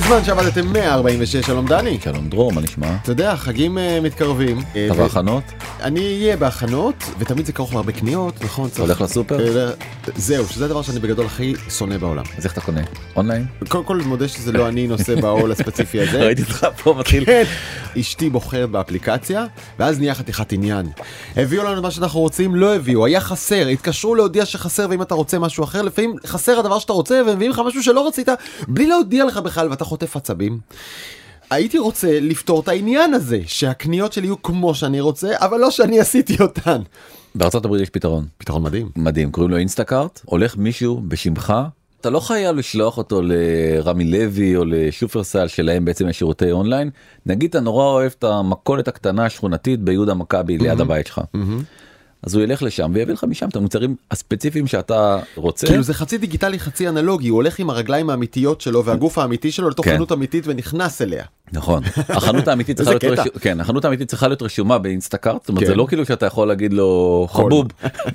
בזמן שעבדתם 146, שלום דני. שלום דרור, מה נשמע? אתה יודע, חגים מתקרבים. אתה בהכנות? אני אהיה בהכנות, ותמיד זה כרוך להרבה קניות, נכון? אתה הולך לסופר? זהו, שזה הדבר שאני בגדול הכי שונא בעולם. אז איך אתה קונה? אונליין? קודם כל מודה שזה לא אני נושא בעול הספציפי הזה. ראיתי אותך פה מתחיל. כן. אשתי בוחרת באפליקציה, ואז נהיה חתיכת עניין. הביאו לנו מה שאנחנו רוצים, לא הביאו, היה חסר, התקשרו להודיע שחסר, ואם אתה רוצה משהו אחר, לפעמים חסר הדבר שאתה רוצה, ומביאים לך משהו שלא רצית, בלי להודיע לך בכלל, ואתה חוטף עצבים. הייתי רוצה לפתור את העניין הזה, שהקניות שלי יהיו כמו שאני רוצה, אבל לא שאני עשיתי אותן. בארצות הברית יש פתרון. פתרון מדהים. מדהים, קוראים לו אינסטאקארט, הולך מישהו בשמך, אתה לא חייב לשלוח אותו לרמי לוי או לשופרסל שלהם בעצם יש שירותי אונליין, נגיד אתה נורא אוהב את המכולת הקטנה השכונתית ביהודה מכבי ליד הבית שלך. אז הוא ילך לשם ויביא לך משם את המוצרים הספציפיים שאתה רוצה. כאילו זה חצי דיגיטלי, חצי אנלוגי, הוא הולך עם הרגליים האמיתיות שלו והגוף האמיתי שלו לתוך חנות אמיתית ונכנס אליה. נכון. החנות האמיתית צריכה להיות רשומה, כן, החנות האמיתית צריכה להיות רשומה באינסטאקארט, זאת אומרת זה לא כאילו שאתה יכול להגיד לו חבוב,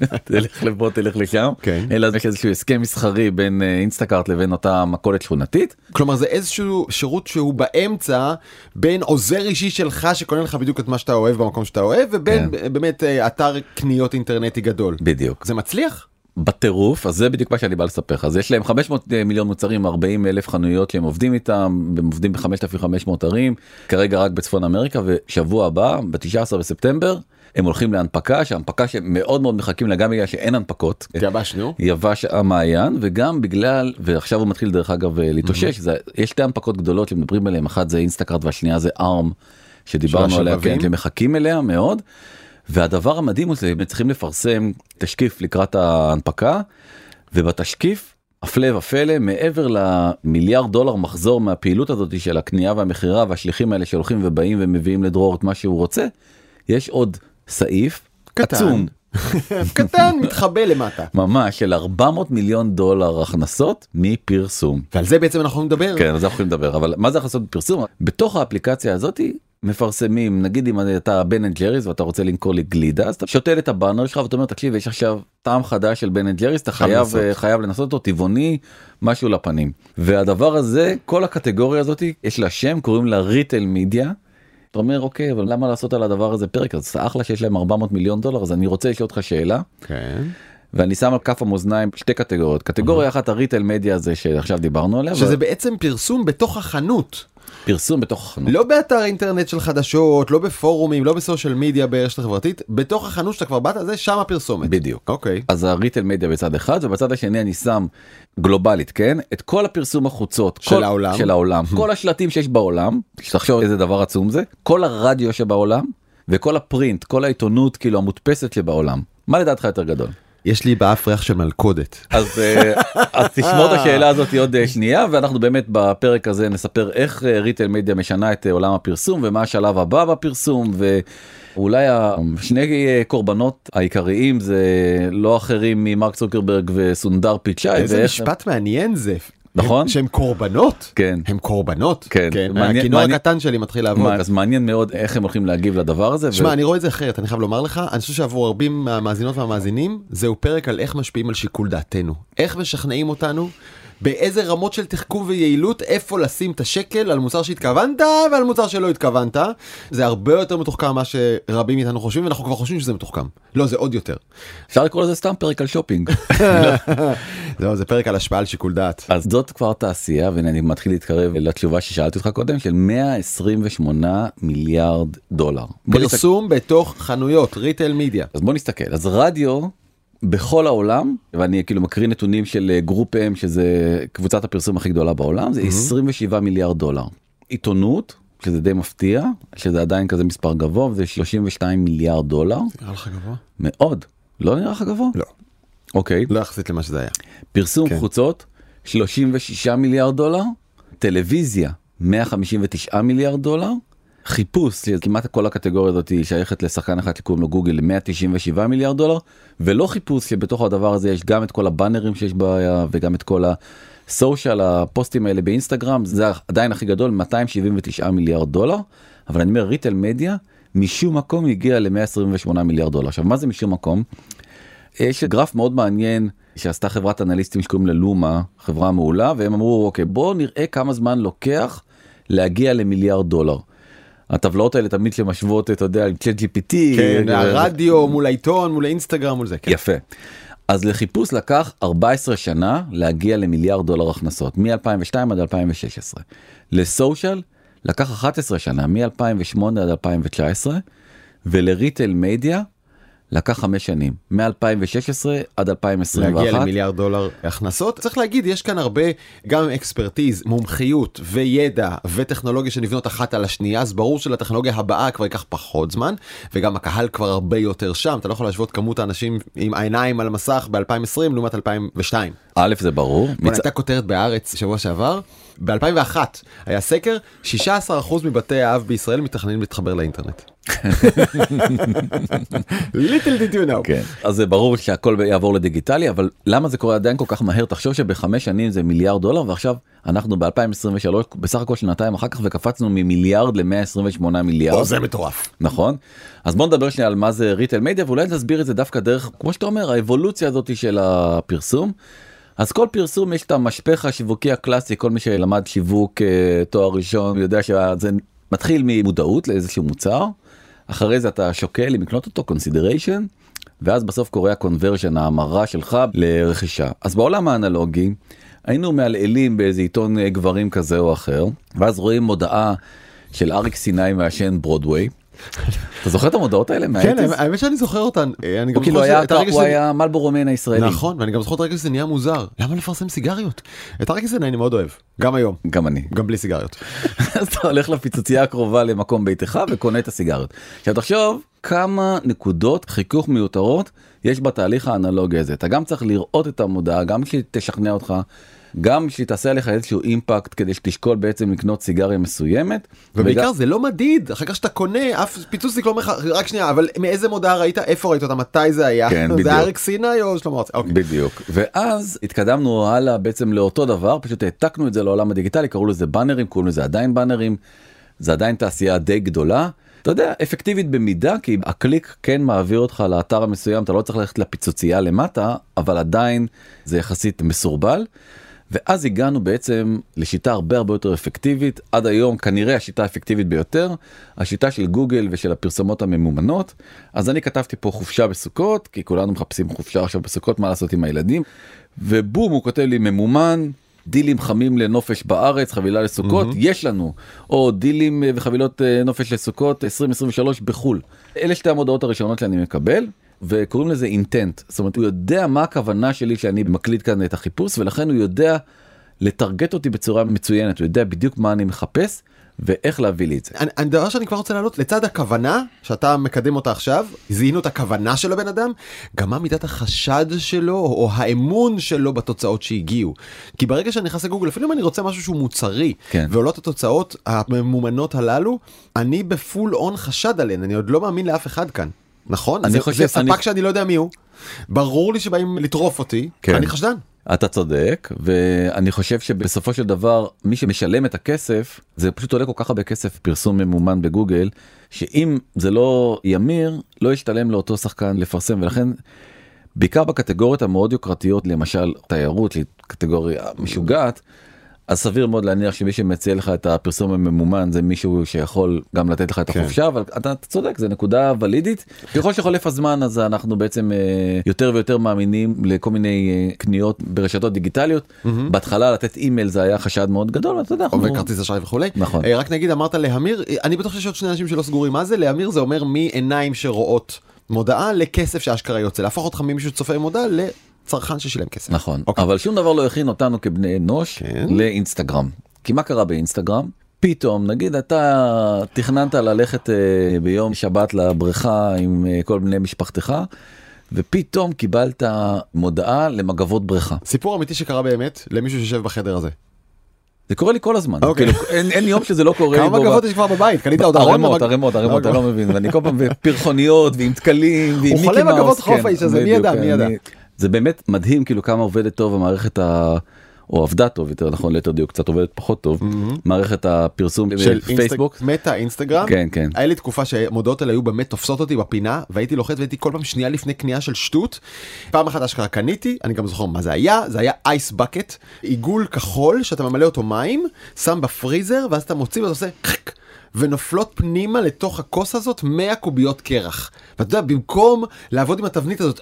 תלך לפה, תלך לשם, אלא יש איזשהו הסכם מסחרי בין אינסטאקארט לבין אותה מכולת שכונתית. כלומר זה איזשהו שירות שהוא באמצע בין עוזר אישי שלך שקונה לך בדיוק את מה שאתה אוהב במקום שאתה אוהב, ובין באמת אתר קניות אינטרנטי גדול. בדיוק. זה מצליח? בטירוף, אז זה בדיוק מה שאני בא לספר לך. אז יש להם 500 מיליון מוצרים, 40,000 חנויות שהם עובדים איתם, הם עובדים ב-5,500 ערים, כרגע רק בצפון אמריקה, ושבוע הבא, ב-19 בספטמבר, הם הולכים להנפקה, שההנפקה שמאוד מאוד מחכים לה, גם בגלל שאין הנפקות. יבשנו. יבש המעיין, וגם בגלל, ועכשיו הוא מתחיל דרך אגב להתאושש, יש שתי הנפקות גדולות שמדברים עליהם, אחת זה אינסטאקארט והשנייה זה ארם, שדיברנו עליה, כן, ומחכים אליה מאוד. והדבר המדהים הוא שהם צריכים לפרסם תשקיף לקראת ההנפקה, ובתשקיף, הפלא ופלא, מעבר למיליארד דולר מחזור מהפעילות הזאת של הקנייה והמחירה, והשליחים האלה שהולכים ובאים ומביאים לדרור את מה שהוא רוצה, יש עוד סעיף עצום. קטן, מתחבא למטה. ממש, של 400 מיליון דולר הכנסות מפרסום. ועל זה בעצם אנחנו נדבר. כן, על זה אנחנו יכולים לדבר, אבל מה זה הכנסות בפרסום? בתוך האפליקציה הזאת מפרסמים, נגיד אם אתה בן אנד ג'ריס ואתה רוצה למכור לי גלידה, אז אתה שותל את הבאנר שלך ואתה אומר, תקשיב, יש עכשיו טעם חדש של בן אנד ג'ריס, אתה חייב לנסות אותו, טבעוני, משהו לפנים. והדבר הזה, כל הקטגוריה הזאת, יש לה שם, קוראים לה ריטל מידיה. אתה אומר, אוקיי, אבל למה לעשות על הדבר הזה פרק? אז זה אחלה שיש להם 400 מיליון דולר, אז אני רוצה לשאול אותך שאלה. כן. ואני שם על כף המאזניים שתי קטגוריות. קטגוריה אחת, הריטל מדיה הזה שעכשיו דיברנו עליה. שזה בעצם פרסום בתוך החנות. פרסום בתוך החנות. לא באתר אינטרנט של חדשות, לא בפורומים, לא בסושיאל מדיה ברשת החברתית, בתוך החנות שאתה כבר באת, זה שם הפרסומת. בדיוק. אוקיי. אז הריטל מדיה בצד אחד, ובצד השני אני שם גלובלית, כן? את כל הפרסום החוצות. של העולם. כל השלטים שיש בעולם, שתחשוב איזה דבר עצום זה, כל הרדיו שבעולם, וכל הפרינט, כל העיתונות כאילו המודפסת שבעולם. מה לדעתך יותר גדול? יש לי באף ריח של מלכודת. אז תשמור את השאלה הזאת עוד שנייה, ואנחנו באמת בפרק הזה נספר איך ריטל מדיה משנה את עולם הפרסום, ומה השלב הבא בפרסום, ואולי שני קורבנות העיקריים זה לא אחרים ממרק צוקרברג וסונדר פיצ'אי. איזה משפט מעניין זה. נכון? שהם קורבנות? כן. הם קורבנות? כן. הכינור הקטן שלי מתחיל לעבוד. אז מעניין מאוד איך הם הולכים להגיב לדבר הזה. שמע, אני רואה את זה אחרת, אני חייב לומר לך, אני חושב שעבור רבים מהמאזינות והמאזינים, זהו פרק על איך משפיעים על שיקול דעתנו. איך משכנעים אותנו, באיזה רמות של תחכום ויעילות, איפה לשים את השקל על מוצר שהתכוונת ועל מוצר שלא התכוונת. זה הרבה יותר מתוחכם מה שרבים מאיתנו חושבים, ואנחנו כבר חושבים שזה מתוחכם. לא, זה עוד יותר. אפשר לקרוא לזה סתם פרק על שופינג. לא, זה פרק על השפעה על שיקול דעת. אז זאת כבר תעשייה, ואני מתחיל להתקרב לתשובה ששאלתי אותך קודם, של 128 מיליארד דולר. פרסום בתוך חנויות, ריטל מדיה. אז בוא נסתכל. אז רדיו בכל העולם, ואני כאילו מקריא נתונים של גרופ-אם, שזה קבוצת הפרסום הכי גדולה בעולם, זה 27 מיליארד דולר. עיתונות, שזה די מפתיע, שזה עדיין כזה מספר גבוה, זה 32 מיליארד דולר. נראה לך גבוה? מאוד. לא נראה לך גבוה? לא. אוקיי. לא יחסית למה שזה היה. פרסום חוצות, 36 מיליארד דולר. טלוויזיה, 159 מיליארד דולר. חיפוש, כמעט כל הקטגוריה הזאת היא שייכת לשחקן אחד שקוראים לו גוגל, 197 מיליארד דולר, ולא חיפוש שבתוך הדבר הזה יש גם את כל הבאנרים שיש בעיה, וגם את כל הסושיאל, הפוסטים האלה באינסטגרם, זה עדיין הכי גדול, 279 מיליארד דולר, אבל אני אומר, ריטל מדיה, משום מקום הגיע ל-128 מיליארד דולר. עכשיו, מה זה משום מקום? יש גרף מאוד מעניין שעשתה חברת אנליסטים שקוראים ללומה, חברה מעולה, והם אמרו, אוקיי, בואו נראה כמה זמן לוקח להגיע למיליארד דולר. הטבלאות האלה תמיד שמשוות, אתה יודע, עם ChatGPT. כן, הרדיו מול העיתון, מול האינסטגרם, מול זה. כן. יפה. אז לחיפוש לקח 14 שנה להגיע למיליארד דולר הכנסות, מ-2002 עד 2016. לסושיאל לקח 11 שנה, מ-2008 עד 2019, ולריטל מדיה לקח 5 שנים, מ-2016 עד 2021. להגיע למיליארד דולר הכנסות. צריך להגיד, יש כאן הרבה, גם אקספרטיז, מומחיות וידע וטכנולוגיה שנבנות אחת על השנייה, אז ברור שלטכנולוגיה הבאה כבר ייקח פחות זמן, וגם הקהל כבר הרבה יותר שם. אתה לא יכול להשוות כמות האנשים עם העיניים על המסך ב-2020 לעומת 2002. א', זה ברור. הייתה כותרת בארץ שבוע שעבר, ב-2001 היה סקר, 16% מבתי האב בישראל מתכננים להתחבר לאינטרנט. Little did you know. כן. אז זה ברור שהכל יעבור לדיגיטלי, אבל למה זה קורה עדיין כל כך מהר? תחשוב שב5 שנים זה מיליארד דולר, ועכשיו אנחנו ב-2023, בסך הכל שנתיים אחר כך, וקפצנו ממיליארד ל-128 מיליארד. זה מטורף. נכון? אז בוא נדבר שנייה על מה זה ריטל מדיה, ואולי נסביר את זה דווקא דרך, כמו שאתה אומר, האבולוציה הזאת של הפרסום. אז כל פרסום יש את המשפך השיווקי הקלאסי, כל מי שלמד שיווק תואר ראשון, יודע שזה מתחיל ממודעות לאיזשהו מוצר, אחרי זה אתה שוקל אם לקנות אותו, consideration, ואז בסוף קורה ה-conversion, ההמרה שלך לרכישה. אז בעולם האנלוגי, היינו מעלעלים באיזה עיתון גברים כזה או אחר, ואז רואים מודעה של אריק סיני מעשן ברודווי. אתה זוכר את המודעות האלה? כן, האמת שאני זוכר אותן. הוא היה מלבורו מן הישראלי. נכון, ואני גם זוכר את הרגע שזה נהיה מוזר. למה לפרסם סיגריות? את הרגע הזה אני מאוד אוהב. גם היום. גם אני. גם בלי סיגריות. אז אתה הולך לפיצוצייה הקרובה למקום ביתך וקונה את הסיגריות. עכשיו תחשוב כמה נקודות חיכוך מיותרות יש בתהליך האנלוגי הזה. אתה גם צריך לראות את המודעה, גם שתשכנע אותך, גם שתעשה עליך איזשהו אימפקט כדי שתשקול בעצם לקנות סיגריה מסוימת. ובעיקר זה לא מדיד, אחר כך שאתה קונה, אף פיצוציק לא אומר לך, רק שנייה, אבל מאיזה מודעה ראית, איפה ראית אותה, מתי זה היה? כן, בדיוק. זה אריק סיני או שלמה ארצי? בדיוק. ואז התקדמנו הלאה בעצם לאותו דבר, פשוט העתקנו את זה לעולם הדיגיטלי, קראו לזה באנרים, קראו לזה עדיין באנרים, זה עדיין תעשייה די גדולה. אתה יודע, אפקטיבית במידה, כי הקליק כן מעביר אותך לאתר המסוים, אתה לא צריך ללכת לפיצוצייה למטה, אבל עדיין זה יחסית מסורבל. ואז הגענו בעצם לשיטה הרבה יותר אפקטיבית, עד היום כנראה השיטה האפקטיבית ביותר, השיטה של גוגל ושל הפרסומות הממומנות. אז אני כתבתי פה חופשה בסוכות, כי כולנו מחפשים חופשה עכשיו בסוכות, מה לעשות עם הילדים, ובום, הוא כותב לי ממומן, דילים חמים לנופש בארץ, חבילה לסוכות, יש לנו, או דילים וחבילות נופש לסוכות 2023 בחול. אלה שתי המודעות הראשונות שאני מקבל, וקוראים לזה intent, זאת אומרת הוא יודע מה הכוונה שלי שאני מקליט כאן את החיפוש, ולכן הוא יודע לטרגט אותי בצורה מצוינת, הוא יודע בדיוק מה אני מחפש ואיך להביא לי את זה. הדבר שאני כבר רוצה להעלות, לצד הכוונה שאתה מקדם אותה עכשיו, זיהינו את הכוונה של הבן אדם, גם מה מידת החשד שלו או האמון שלו בתוצאות שהגיעו. כי ברגע שאני נכנס לגוגל, אפילו אם אני רוצה משהו שהוא מוצרי, כן. ועולות התוצאות הממומנות הללו, אני בפול און חשד עליהן, אני עוד לא מאמין לאף אחד כאן. נכון? זה ספק שאני לא יודע מי הוא. ברור לי שבאים לטרוף אותי, אני חשדן. אתה צודק, ואני חושב שבסופו של דבר, מי שמשלם את הכסף, זה פשוט עולה כל כך הרבה כסף פרסום ממומן בגוגל, שאם זה לא ימיר, לא ישתלם לאותו שחקן לפרסם, ולכן, בעיקר בקטגוריות המאוד יוקרתיות, למשל תיירות, קטגוריה משוגעת, אז סביר מאוד להניח שמי שמציע לך את הפרסום הממומן זה מישהו שיכול גם לתת לך את החופשה, אבל אתה צודק, זה נקודה ולידית. ככל שחולף הזמן אז אנחנו בעצם יותר ויותר מאמינים לכל מיני קניות ברשתות דיגיטליות. בהתחלה לתת אימייל זה היה חשד מאוד גדול, אתה יודע. או כרטיס אשראי וכולי. נכון. רק נגיד, אמרת להמיר, אני בטוח שיש עוד שני אנשים שלא סגורים מה זה, להמיר זה אומר מעיניים שרואות מודעה לכסף שאשכרה יוצא, להפוך אותך ממישהו צופה מודעה צרכן ששילם כסף. נכון, אבל שום דבר לא הכין אותנו כבני אנוש לאינסטגרם. כי מה קרה באינסטגרם? פתאום, נגיד אתה תכננת ללכת ביום שבת לבריכה עם כל בני משפחתך, ופתאום קיבלת מודעה למגבות בריכה. סיפור אמיתי שקרה באמת למישהו שיושב בחדר הזה. זה קורה לי כל הזמן, אין יום שזה לא קורה. כמה מגבות יש כבר בבית? קנית עוד ערימות, אתה לא מבין, ואני כל פעם בפרחוניות ועם תקלים ועם מיקי מאוס. הוא חולה מגבות חופש הזה, מי ידע? זה באמת מדהים כאילו כמה עובדת טוב המערכת או עבדה טוב, יותר נכון, ליתר דיוק, קצת עובדת פחות טוב, מערכת הפרסום של פייסבוק. מטה, אינסטגרם. כן, כן. היה לי תקופה שהמודעות האלה היו באמת תופסות אותי בפינה, והייתי לוחץ והייתי כל פעם שנייה לפני קנייה של שטות. פעם אחת אשכרה קניתי, אני גם זוכר מה זה היה אייס בקט, עיגול כחול שאתה ממלא אותו מים, שם בפריזר, ואז אתה מוציא ואתה עושה חק, ונופלות פנימה לתוך הכוס הזאת 100 קוביות קרח. ואתה יודע, במקום לעבוד עם התבנית הזאת,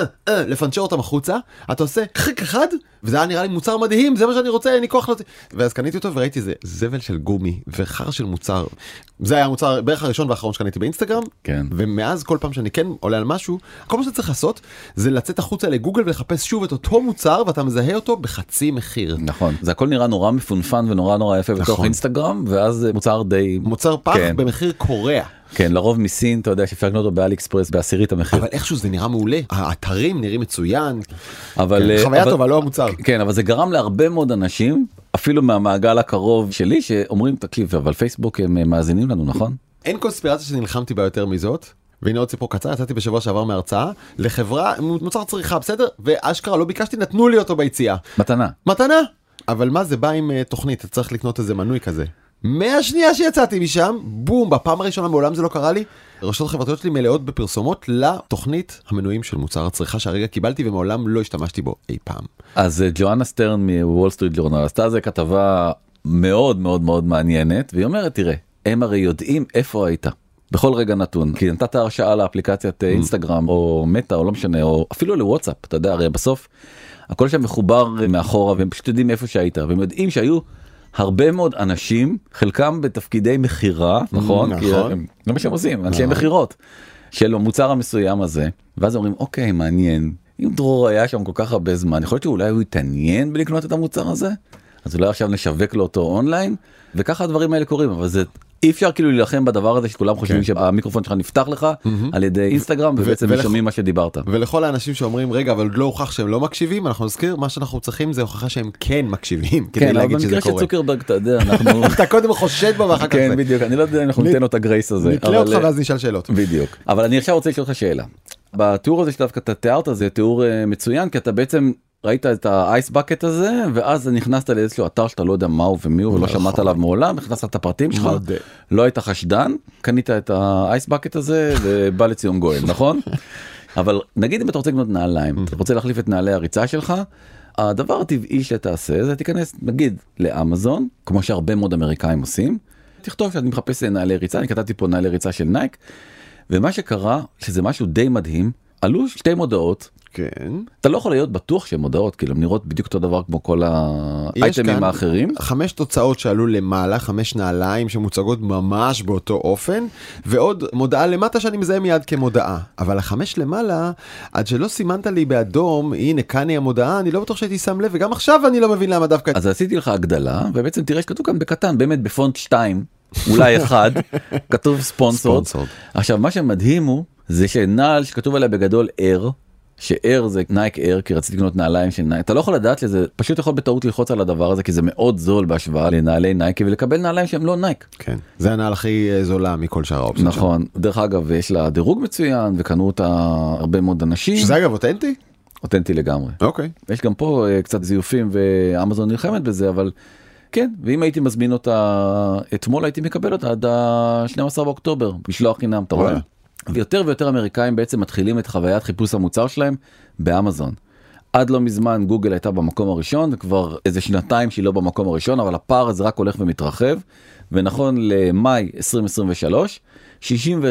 לפנצ'ר אותם החוצה, אתה עושה חק אחד, וזה היה נראה לי מוצר מדהים, זה מה שאני רוצה, אין לי כוח להוציא. ואז קניתי אותו וראיתי זה זבל של גומי וחר של מוצר. זה היה המוצר בערך הראשון והאחרון שקניתי באינסטגרם, כן. ומאז כל פעם שאני כן עולה על משהו, כל מה שצריך לעשות זה לצאת החוצה לגוגל ולחפש שוב את אותו מוצר, ואתה מזהה אותו בחצי מחיר. נכון, זה הכל נראה נורא מפונפן ונורא נורא יפה בתוך אינסטגרם, ואז מוצר די... מוצר פח במחיר קורע. כן, לרוב מסין, אתה יודע שאפשר לקנות אותו באלי אקספרס בעשירית המחיר. אבל איכשהו זה נראה מעולה. האתרים נראים מצוין. אבל... חוויה טובה, לא המוצר. כן, אבל זה גרם להרבה מאוד אנשים, אפילו מהמעגל הקרוב שלי, שאומרים, תקשיב, אבל פייסבוק הם מאזינים לנו, נכון? אין קונספירציה שנלחמתי בה יותר מזאת. והנה עוד סיפור קצר, יצאתי בשבוע שעבר מהרצאה לחברה, מוצר צריכה, בסדר? ואשכרה לא ביקשתי, נתנו לי אותו ביציאה. מתנה. אבל מה זה בא עם תוכנית, אתה צריך לקנות איזה מנוי כזה. מהשנייה שיצאתי משם, בום, בפעם הראשונה מעולם זה לא קרה לי, רשתות חברתיות שלי מלאות בפרסומות לתוכנית המנויים של מוצר הצריכה שהרגע קיבלתי ומעולם לא השתמשתי בו אי פעם. אז ג'ואנה סטרן מוול סטריט ג'ורנל עשתה זה כתבה מאוד מאוד מאוד מעניינת, והיא אומרת, תראה, הם הרי יודעים איפה היית. בכל רגע נתון, כי נתת הרשאה לאפליקציית אינסטגרם או מטה או לא משנה, או אפילו לוואטסאפ, אתה יודע, הרי בסוף הכל שם מחובר מאחורה והם פשוט יודעים איפה שהיית, והם יודעים שהיו הרבה מאוד אנשים, חלקם בתפקידי מחירה, נכון? נכון. לא מה שהם עושים, אנשי מחירות של המוצר המסוים הזה, ואז אומרים, אוקיי, מעניין, אם דרור היה שם כל כך הרבה זמן, יכול להיות שאולי הוא יתעניין בלקנות את המוצר הזה, אז אולי עכשיו נשווק לו אותו אונליין, וככה הדברים האלה קורים, אבל זה... אי אפשר כאילו להילחם בדבר הזה שכולם חושבים שהמיקרופון שלך נפתח לך על ידי אינסטגרם ובעצם משומעים מה שדיברת. ולכל האנשים שאומרים רגע אבל לא הוכח שהם לא מקשיבים, אנחנו נזכיר מה שאנחנו צריכים זה הוכחה שהם כן מקשיבים כדי להגיד שזה קורה. כן, אבל במקרה שצוקרברג אתה יודע אנחנו... אתה קודם חושד בו ואחר כך זה. כן בדיוק, אני לא יודע אם אנחנו ניתן לו את הגרייס הזה. נתלה אותך ואז נשאל שאלות. בדיוק. אבל אני עכשיו רוצה לשאול אותך שאלה. בתיאור הזה שדווקא אתה תיארת זה תיאור מצוין כי אתה בעצם ראית את האייס בקט הזה, ואז נכנסת לאיזשהו אתר שאתה לא יודע מהו ומי הוא, ולא שמעת עליו מעולם, נכנסת את הפרטים שלך, לא היית חשדן, קנית את האייס בקט הזה, ובא לציון גואל, נכון? אבל נגיד אם אתה רוצה לקנות נעליים, אתה רוצה להחליף את נעלי הריצה שלך, הדבר הטבעי שתעשה, זה תיכנס, נגיד, לאמזון, כמו שהרבה מאוד אמריקאים עושים, תכתוב שאני מחפש נעלי ריצה, אני כתבתי פה נעלי ריצה של נייק, ומה שקרה, שזה משהו די מדהים, עלו 2 מודעות, כן. אתה לא יכול להיות בטוח שהן מודעות, כאילו הן נראות בדיוק אותו דבר כמו כל האייטמים האחרים. 5 תוצאות שעלו למעלה, 5 נעליים שמוצגות ממש באותו אופן, ועוד מודעה למטה שאני מזהה מיד כמודעה. אבל 5 למעלה, עד שלא סימנת לי באדום, הנה כאן היא המודעה, אני לא בטוח שהייתי שם לב, וגם עכשיו אני לא מבין למה דווקא... אז עשיתי לך הגדלה, ובעצם תראה שכתוב כאן בקטן, באמת בפונט 2, אולי 1, כתוב ספונסורד. עכשיו מה שמדהים הוא, זה שנעל שכתוב עליה בגדול אר, שאר זה נייק אר, כי רציתי לקנות נעליים של נייק, אתה לא יכול לדעת לזה, פשוט יכול בטעות ללחוץ על הדבר הזה, כי זה מאוד זול בהשוואה לנעלי נייקי, ולקבל נעליים שהם לא נייק. כן, זה הנעל הכי זולה מכל שאר האופציות. נכון, דרך אגב, יש לה דירוג מצוין, וקנו אותה הרבה מאוד אנשים. שזה אגב אותנטי? אותנטי לגמרי. אוקיי. יש גם פה קצת זיופים, ואמזון נלחמת בזה, אבל כן, ואם הייתי מזמין אותה אתמול, הייתי מקבל אותה עד ה-12 באוקטובר, משלוח חינם, אתה רואה? ויותר ויותר אמריקאים בעצם מתחילים את חוויית חיפוש המוצר שלהם באמזון. עד לא מזמן גוגל הייתה במקום הראשון, וכבר איזה 2 שהיא לא במקום הראשון, אבל הפער הזה רק הולך ומתרחב, ונכון למאי 2023, 61%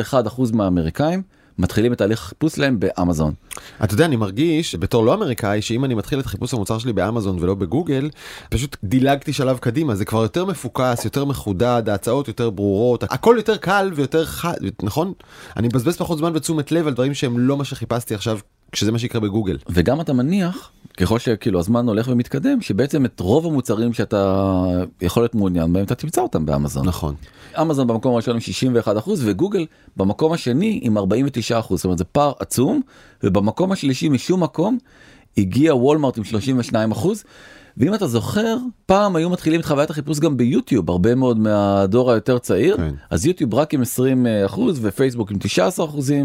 מהאמריקאים מתחילים את תהליך החיפוש להם באמזון. אתה יודע, אני מרגיש בתור לא אמריקאי, שאם אני מתחיל את חיפוש המוצר שלי באמזון ולא בגוגל, פשוט דילגתי שלב קדימה, זה כבר יותר מפוקס, יותר מחודד, ההצעות יותר ברורות, הכל יותר קל ויותר חד, נכון? אני מבזבז פחות זמן ותשומת לב על דברים שהם לא מה שחיפשתי עכשיו, כשזה מה שיקרה בגוגל. וגם אתה מניח, ככל שכאילו הזמן הולך ומתקדם, שבעצם את רוב המוצרים שאתה יכול להיות מעוניין בהם, אתה תמצא אותם באמזון. נכון. אמזון במקום הראשון עם 61%, וגוגל במקום השני עם 49%. זאת אומרת, זה פער עצום, ובמקום השלישי משום מקום, הגיע וולמרט עם 32%, ואם אתה זוכר, פעם היו מתחילים את חוויית החיפוש גם ביוטיוב, הרבה מאוד מהדור היותר צעיר, כן. אז יוטיוב רק עם 20%, ופייסבוק עם 19%,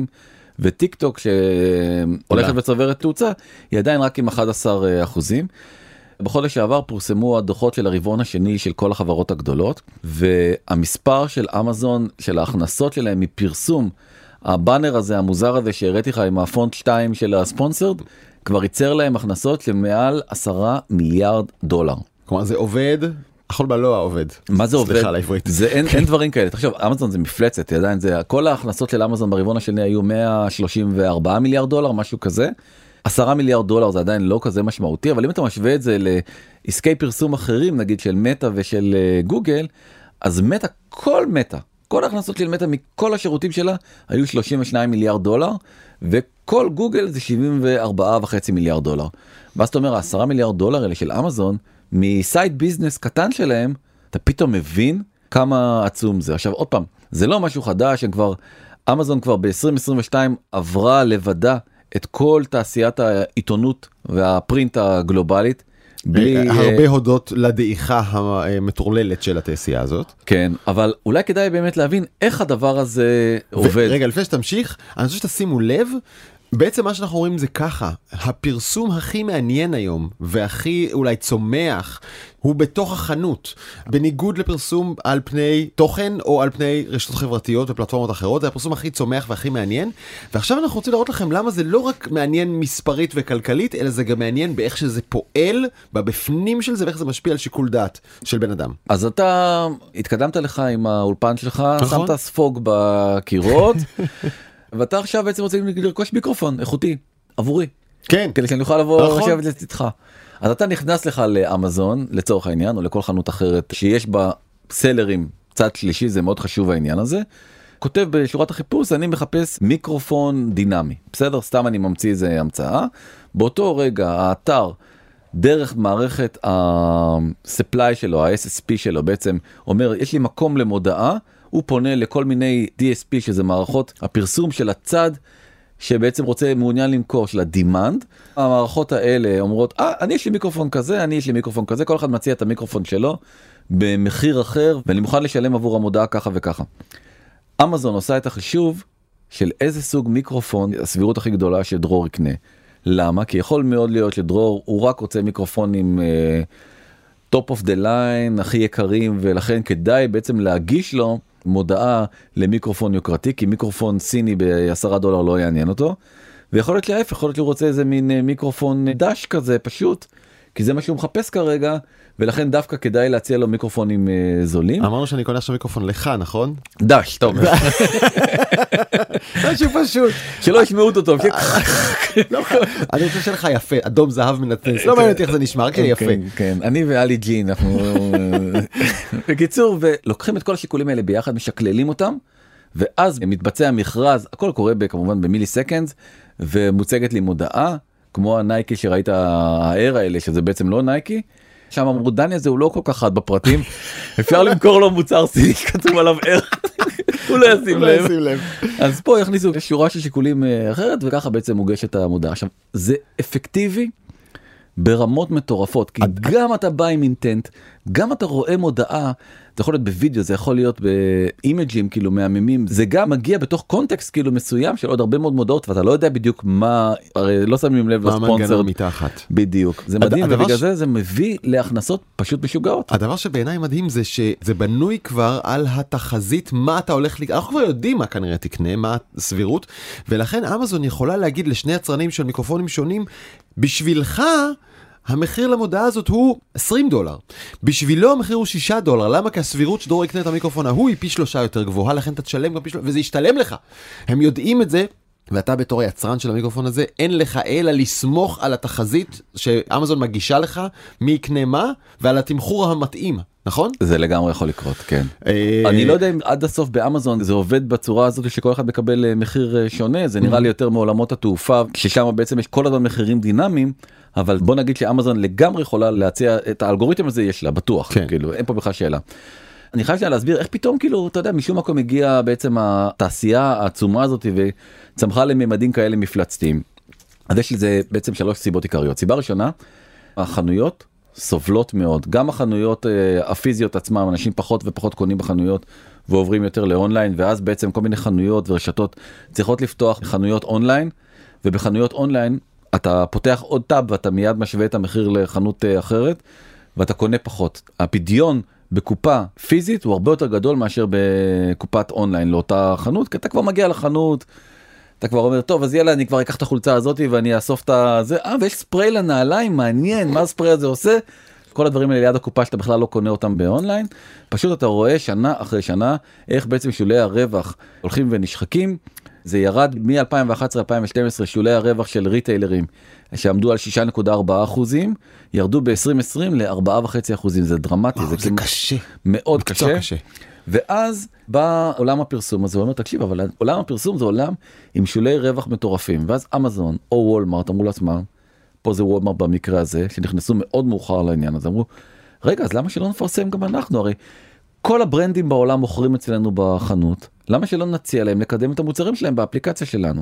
וטיק טוק שהולכת וצוברת תאוצה, היא עדיין רק עם 11%. בחודש שעבר פורסמו הדוחות של הרבעון השני של כל החברות הגדולות, והמספר של אמזון, של ההכנסות שלהם מפרסום, הבאנר הזה, המוזר הזה שהראיתי לך עם הפונט 2 של הספונסרד, כבר ייצר להם הכנסות של מעל 10 מיליארד דולר. כלומר זה עובד, אכול בלוע עובד. מה זה עובד? סליחה על העברית. זה אין דברים כאלה. תחשוב, אמזון זה מפלצת, עדיין זה, כל ההכנסות של אמזון ברבעון השני היו 134 מיליארד דולר, משהו כזה. 10 מיליארד דולר זה עדיין לא כזה משמעותי, אבל אם אתה משווה את זה לעסקי פרסום אחרים, נגיד של מטא ושל גוגל, אז מטא, כל ההכנסות של מטא מכל השירותים שלה היו 32 מיליארד דולר, וכל גוגל זה 74.5 מיליארד דולר. ואז אתה אומר, 10 מיליארד דולר האלה של אמזון, מסייט ביזנס קטן שלהם, אתה פתאום מבין כמה עצום זה. עכשיו עוד פעם, זה לא משהו חדש, אמזון כבר ב-2022 עברה לבדה את כל תעשיית העיתונות והפרינט הגלובלית. הרבה הודות לדעיכה המטורללת של התעשייה הזאת. כן, אבל אולי כדאי באמת להבין איך הדבר הזה עובד. רגע, לפני שתמשיך, אני חושב שתשימו לב, בעצם מה שאנחנו רואים זה ככה, הפרסום הכי מעניין היום, והכי אולי צומח, הוא בתוך החנות. בניגוד לפרסום על פני תוכן, או על פני רשתות חברתיות ופלטפורמות אחרות, זה הפרסום הכי צומח והכי מעניין. ועכשיו אנחנו רוצים לראות לכם למה זה לא רק מעניין מספרית וכלכלית, אלא זה גם מעניין באיך שזה פועל, בבפנים של זה, ואיך זה משפיע על שיקול דעת של בן אדם. אז אתה התקדמת לך עם האולפן שלך, שמת ספוג בקירות, ואתה עכשיו בעצם רוצה לרכוש מיקרופון איכותי, עבורי. כן. כדי שאני אוכל לבוא לשבת לצדך. אז אתה נכנס לך לאמזון, לצורך העניין, או לכל חנות אחרת שיש בה סלרים, צד שלישי, זה מאוד חשוב העניין הזה. כותב בשורת החיפוש, אני מחפש מיקרופון דינמי. בסדר? סתם אני ממציא איזה המצאה. באותו רגע, האתר, דרך מערכת ה-supply שלו, ה-SSP שלו, בעצם אומר, יש לי מקום למודעה, הוא פונה לכל מיני DSP, שזה מערכות הפרסום של הצד, שבעצם מעוניין למכור, של הדימנד. המערכות האלה אומרות, אני יש לי מיקרופון כזה, אני יש לי מיקרופון כזה, כל אחד מציע את המיקרופון שלו, במחיר אחר, ואני מוכן לשלם עבור המודעה ככה וככה. אמזון עושה את החישוב, של איזה סוג מיקרופון, הסבירות הכי גדולה שדרור יקנה. למה? כי יכול מאוד להיות שדרור, הוא רק רוצה מיקרופונים, top of the line, הכי יקרים, ולכן כדאי בעצם להגיש לו, מודעה למיקרופון יוקרתי, כי מיקרופון סיני ב$10 לא יעניין אותו, ויכול להיות להפך, יכול להיות שהוא רוצה איזה מין מיקרופון דש כזה פשוט, כי זה מה שהוא מחפש כרגע, ולכן דווקא כדאי להציע לו מיקרופונים זולים. אמרנו שאני קונה עכשיו מיקרופון לך, נכון? דש, טוב. משהו פשוט. שלא ישמעו אותו טוב. אני חושב שלך יפה, אדום זהב מנצנץ, לא מעניין אותי איך זה נשמע, רק יפה. כן, אני ואלי ג'ין, אנחנו... בקיצור, ולוקחים את כל השיקולים האלה ביחד, משקללים אותם, ואז מתבצע מכרז, הכל קורה כמובן במילי סקנדס, ומוצגת לי מודעה, כמו הנייקי שראית האר האלה, שזה בעצם לא נייקי, שם אמרו, דני הזה הוא לא כל כך חד בפרטים, אפשר למכור לו מוצר סיני שכתוב עליו אר, הוא לא ישים לב. אז פה יכניסו שורה של שיקולים אחרת, וככה בעצם מוגשת המודעה. עכשיו, זה אפקטיבי ברמות מטורפות, כי גם אתה בא עם אינטנט, גם אתה רואה מודעה, זה יכול להיות בווידאו, זה יכול להיות באימג'ים כאילו מהממים, זה גם מגיע בתוך קונטקסט כאילו מסוים של עוד הרבה מאוד מודעות, ואתה לא יודע בדיוק מה, הרי לא שמים לב לספונסר מתחת. בדיוק, זה מדהים, ובגלל זה מביא להכנסות פשוט משוגעות. הדבר שבעיניי מדהים זה שזה בנוי כבר על התחזית, מה אתה הולך, אנחנו כבר יודעים מה כנראה תקנה, מה הסבירות, ולכן אמזון יכולה להגיד לשני יצרנים של מיקרופונים שונים, בשבילך, המחיר למודעה הזאת הוא $20. בשבילו המחיר הוא $6. למה? כי הסבירות שדרור יקנה את המיקרופון ההוא היא פי 3 יותר גבוהה, לכן אתה תשלם גם פי 3, וזה ישתלם לך. הם יודעים את זה, ואתה בתור היצרן של המיקרופון הזה, אין לך אלא לסמוך על התחזית שאמזון מגישה לך, מי יקנה מה, ועל התמחור המתאים. נכון? זה לגמרי יכול לקרות, כן. אני לא יודע אם עד הסוף באמזון זה עובד בצורה הזאת שכל אחד מקבל מחיר שונה, זה נראה לי יותר מעולמות התעופה, ששם בעצם יש כל הזמן מחירים דינמיים, אבל בוא נגיד שאמזון לגמרי יכולה להציע את האלגוריתם הזה, יש לה, בטוח, כאילו, אין פה בכלל שאלה. אני חייב להסביר איך פתאום כאילו, אתה יודע, משום מקום הגיעה בעצם התעשייה העצומה הזאת וצמחה לממדים כאלה מפלצתיים. אז יש לזה בעצם 3 סיבות עיקריות. סיבה ראשונה, החנויות סובלות מאוד, גם החנויות הפיזיות עצמם, אנשים פחות ופחות קונים בחנויות ועוברים יותר לאונליין, ואז בעצם כל מיני חנויות ורשתות צריכות לפתוח חנויות אונליין, ובחנויות אונליין אתה פותח עוד טאב ואתה מיד משווה את המחיר לחנות אחרת, ואתה קונה פחות. הפדיון בקופה פיזית הוא הרבה יותר גדול מאשר בקופת אונליין לאותה חנות, כי אתה כבר מגיע לחנות, אתה כבר אומר, טוב, אז יאללה, אני כבר אקח את החולצה הזאת ואני אאסוף את זה, ויש ספרי לנעליים, מעניין, מה הספרי הזה עושה? כל הדברים האלה ליד הקופה שאתה בכלל לא קונה אותם באונליין, פשוט אתה רואה שנה אחרי שנה, איך בעצם שולי הרווח הולכים ונשחקים, זה ירד מ-2011-2012, שולי הרווח של ריטיילרים, שעמדו על 6.4%, ירדו ב-2020 ל-4.5%, זה דרמטי, זה קשה. מאוד קשה. ואז בא עולם הפרסום, אז הוא אומר, תקשיב, אבל עולם הפרסום זה עולם עם שולי רווח מטורפים, ואז אמזון או וולמרט אמרו לעצמם, פה זה וולמרט במקרה הזה, שנכנסו מאוד מאוחר לעניין הזה, אמרו, רגע, אז למה שלא נפרסם גם אנחנו? הרי כל הברנדים בעולם מוכרים אצלנו בחנות, למה שלא נציע להם לקדם את המוצרים שלהם באפליקציה שלנו?